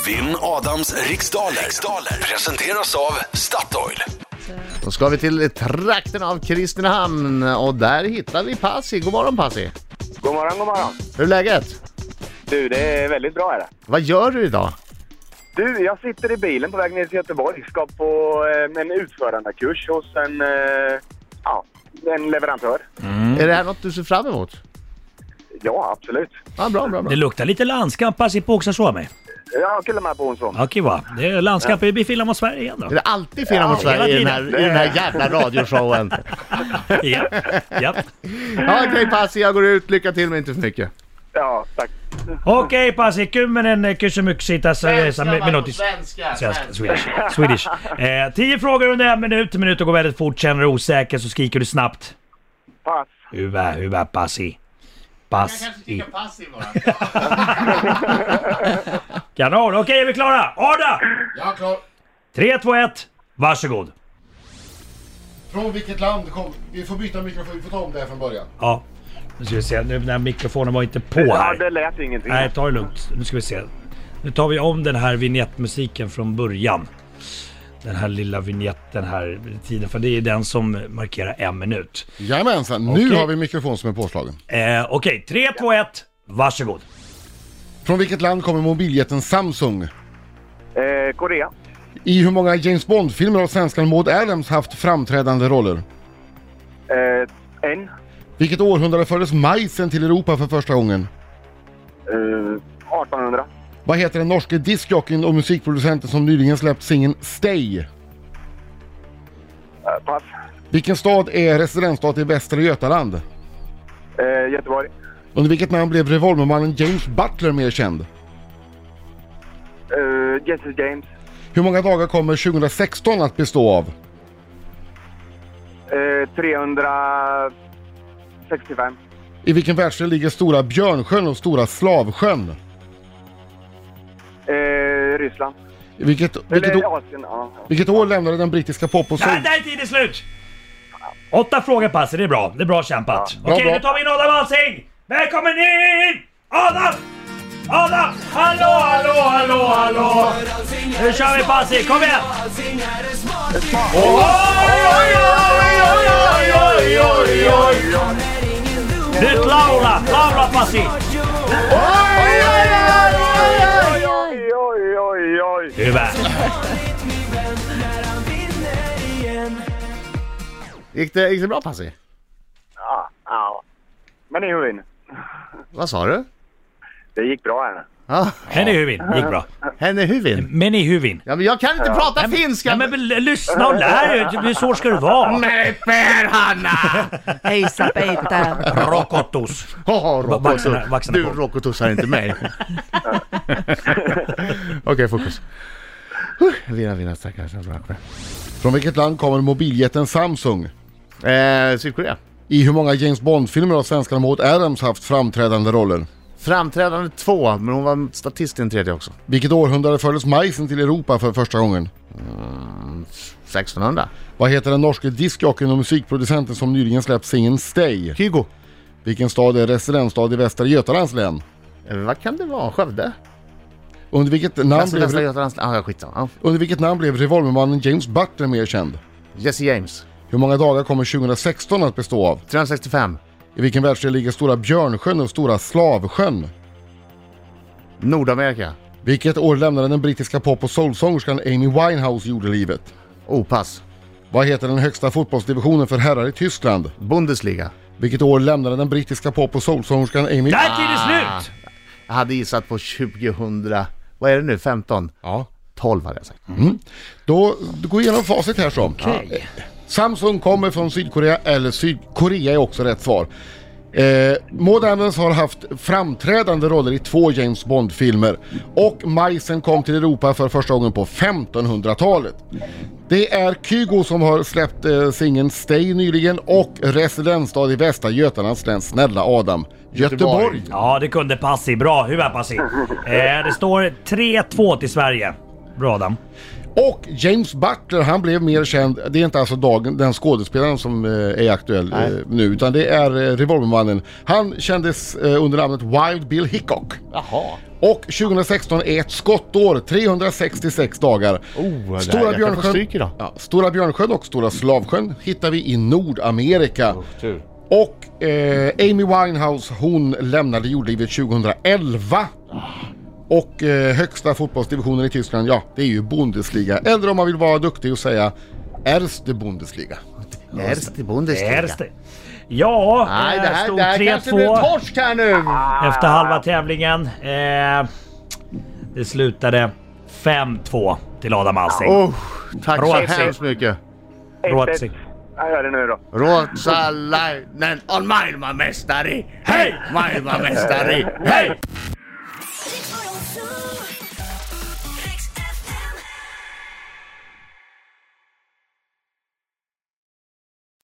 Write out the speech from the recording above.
Vinn Adams riksdaler. Presenteras av Statoil. Då ska vi till trakten av Kristinehamn och där hittar vi Pasi. God morgon Pasi. God morgon. Hur är läget? Du, det är väldigt bra här. Vad gör du idag? Du, jag sitter i bilen på väg ner till Göteborg. Ska på en utförandekurs hos en leverantör. Är det här något du ser fram emot? Ja, absolut. Ja, bra. Det luktar lite landskamp, Pasi på också så med. Jag killar med på onsdag. Okej, va? Det är landskamp, vi blir film mot Sverige igen då. Är det alltid film mot Sverige i den här jävla radioshowen? Ja. Ja, okej Pasi, jag går ut. Lycka till men inte för mycket. Ja, tack. Okej, Pasi, kymmenen kysymyksiä tässä minuutissa. Swedish. 10 frågor under 1 minut. Minuter går väldigt fort. Känner du osäker så skriker du snabbt. Pass. Hyvä, Pasi. Pass. Kanon, okej, är vi klara? Arda! Ja, klar. 3, 2, 1, varsågod. Från vilket land kom... Vi får byta mikrofon, vi får ta om det här från början. Ja, nu ska vi se. Nu den här mikrofonen var inte på Ja, här. det lät ingenting. Nej, ta det lugnt. Nu ska vi se. Nu tar vi om den här vignettmusiken från början. Den här lilla vignetten här tiden, för det är den som markerar 1 minut. Jajamensan, nu har vi mikrofon som är påslagen. Okej, 3, 2, 1, varsågod. Från vilket land kommer mobiljätten Samsung? Korea. I hur många James Bond-filmer har svenskan Maud Adams haft framträdande roller? En. Vilket århundrade fördes majsen till Europa för första gången? 1800. Vad heter den norske diskjockeyn och musikproducenten som nyligen släppt singeln Stay? Pass. Vilken stad är residensstad i Västra Götaland? Göteborg. Under vilket namn blev revolvermannen James Butler mer känd? Jesse James. Hur många dagar kommer 2016 att bestå av? 365. I vilken världsdel ligger Stora Björnsjön och Stora Slavsjön? Ryssland. Vilket Asien, ja. vilket år lämnade den brittiska pop och soul... Där är tiden slut! 8 frågor Pasi, det är bra. Det är bra kämpat. Bra, Okej, bra. nu tar vi in Adam Alsing! Välkommen in! Adam! Hallå! Nu kör vi Pasi, kom igen! Oj! Nytt Laura Pasi! Oj. Hyvä! Gick det bra Pasi? Ja. Men det är huvud. Vad sa du? Det gick bra här. Ja, Henne i huvin, gick bra. henne huvin. Men i huvin. Ja, men jag kan inte prata finska. Ja, men lyssna och lär. Hur svårt ska det vara? Nej, Hanna! Hejsa Peita. Rokotus. Rokotus. Vaxarna Du på. rokotusar inte mig. Okej, fokus. Vinna, stackars. Från vilket land kommer mobiljätten Samsung? Sydkorea. I hur många James Bond-filmer har svenskan Maud Adams haft framträdande roller? Framträdande 2, men hon var statist i den 3 också. Vilket århundrade fördes majsen till Europa för första gången? 1600. Vad heter den norske diskjockeyn och musikproducenten som nyligen släppt singeln Stay? Kygo. Vilken stad är residensstad i Västra Götalands län? Vad kan det vara? Skövde? Under vilket namn blev revolvermannen James Butler mer känd? Jesse James. Hur många dagar kommer 2016 att bestå av? 365. I vilken världsdel ligger Stora Björnsjön och Stora Slavsjön? Nordamerika. Vilket år lämnade den brittiska pop- och soulsångerskan Amy Winehouse jordelivet? Pass. Vad heter den högsta fotbollsdivisionen för herrar i Tyskland? Bundesliga. Vilket år lämnade den brittiska pop- och soulsångerskan Amy... Där är tiden slut! Jag hade gissat på 2000... Vad är det nu? 15? Ja. 12 hade jag sagt. Då går igenom facit här så. Okej. Samsung kommer från Sydkorea, eller Sydkorea är också rätt svar. Maud Adams har haft framträdande roller i 2 James Bond-filmer och majsen kom till Europa för första gången på 1500-talet. Det är Kygo som har släppt singeln Stay nyligen och residensstad i Västra Götalands län, snälla Adam, Göteborg. Ja, det kunde Pasi. Bra, hur är Pasi? Det står 3-2 till Sverige. Bra Adam. Och James Butler, han blev mer känd. Det är inte alltså den skådespelaren som är aktuell nu, utan det är Revolvermannen. Han kändes under namnet Wild Bill Hickok. Jaha. Och 2016 är ett skottår, 366 dagar. Stora Björnsjön och Stora Slavsjön hittar vi i Nordamerika. Och Amy Winehouse, hon lämnade jordlivet 2011. Och högsta fotbollsdivisionen i Tyskland, ja, det är ju Bundesliga. Eller om man vill vara duktig och säga Erste Bundesliga. Erste Bundesliga. Erste. Ja, Nej, det stod här kanske blir 3-2 torsk här nu. efter halva tävlingen. Det slutade 5-2 till Adam Alsing. Tack så Ruotsi. hemskt mycket. Ruotsi. Jag gör det nu då. Ruotsalainen on maailmanmestari. Hei, maailmanmestari. Hei.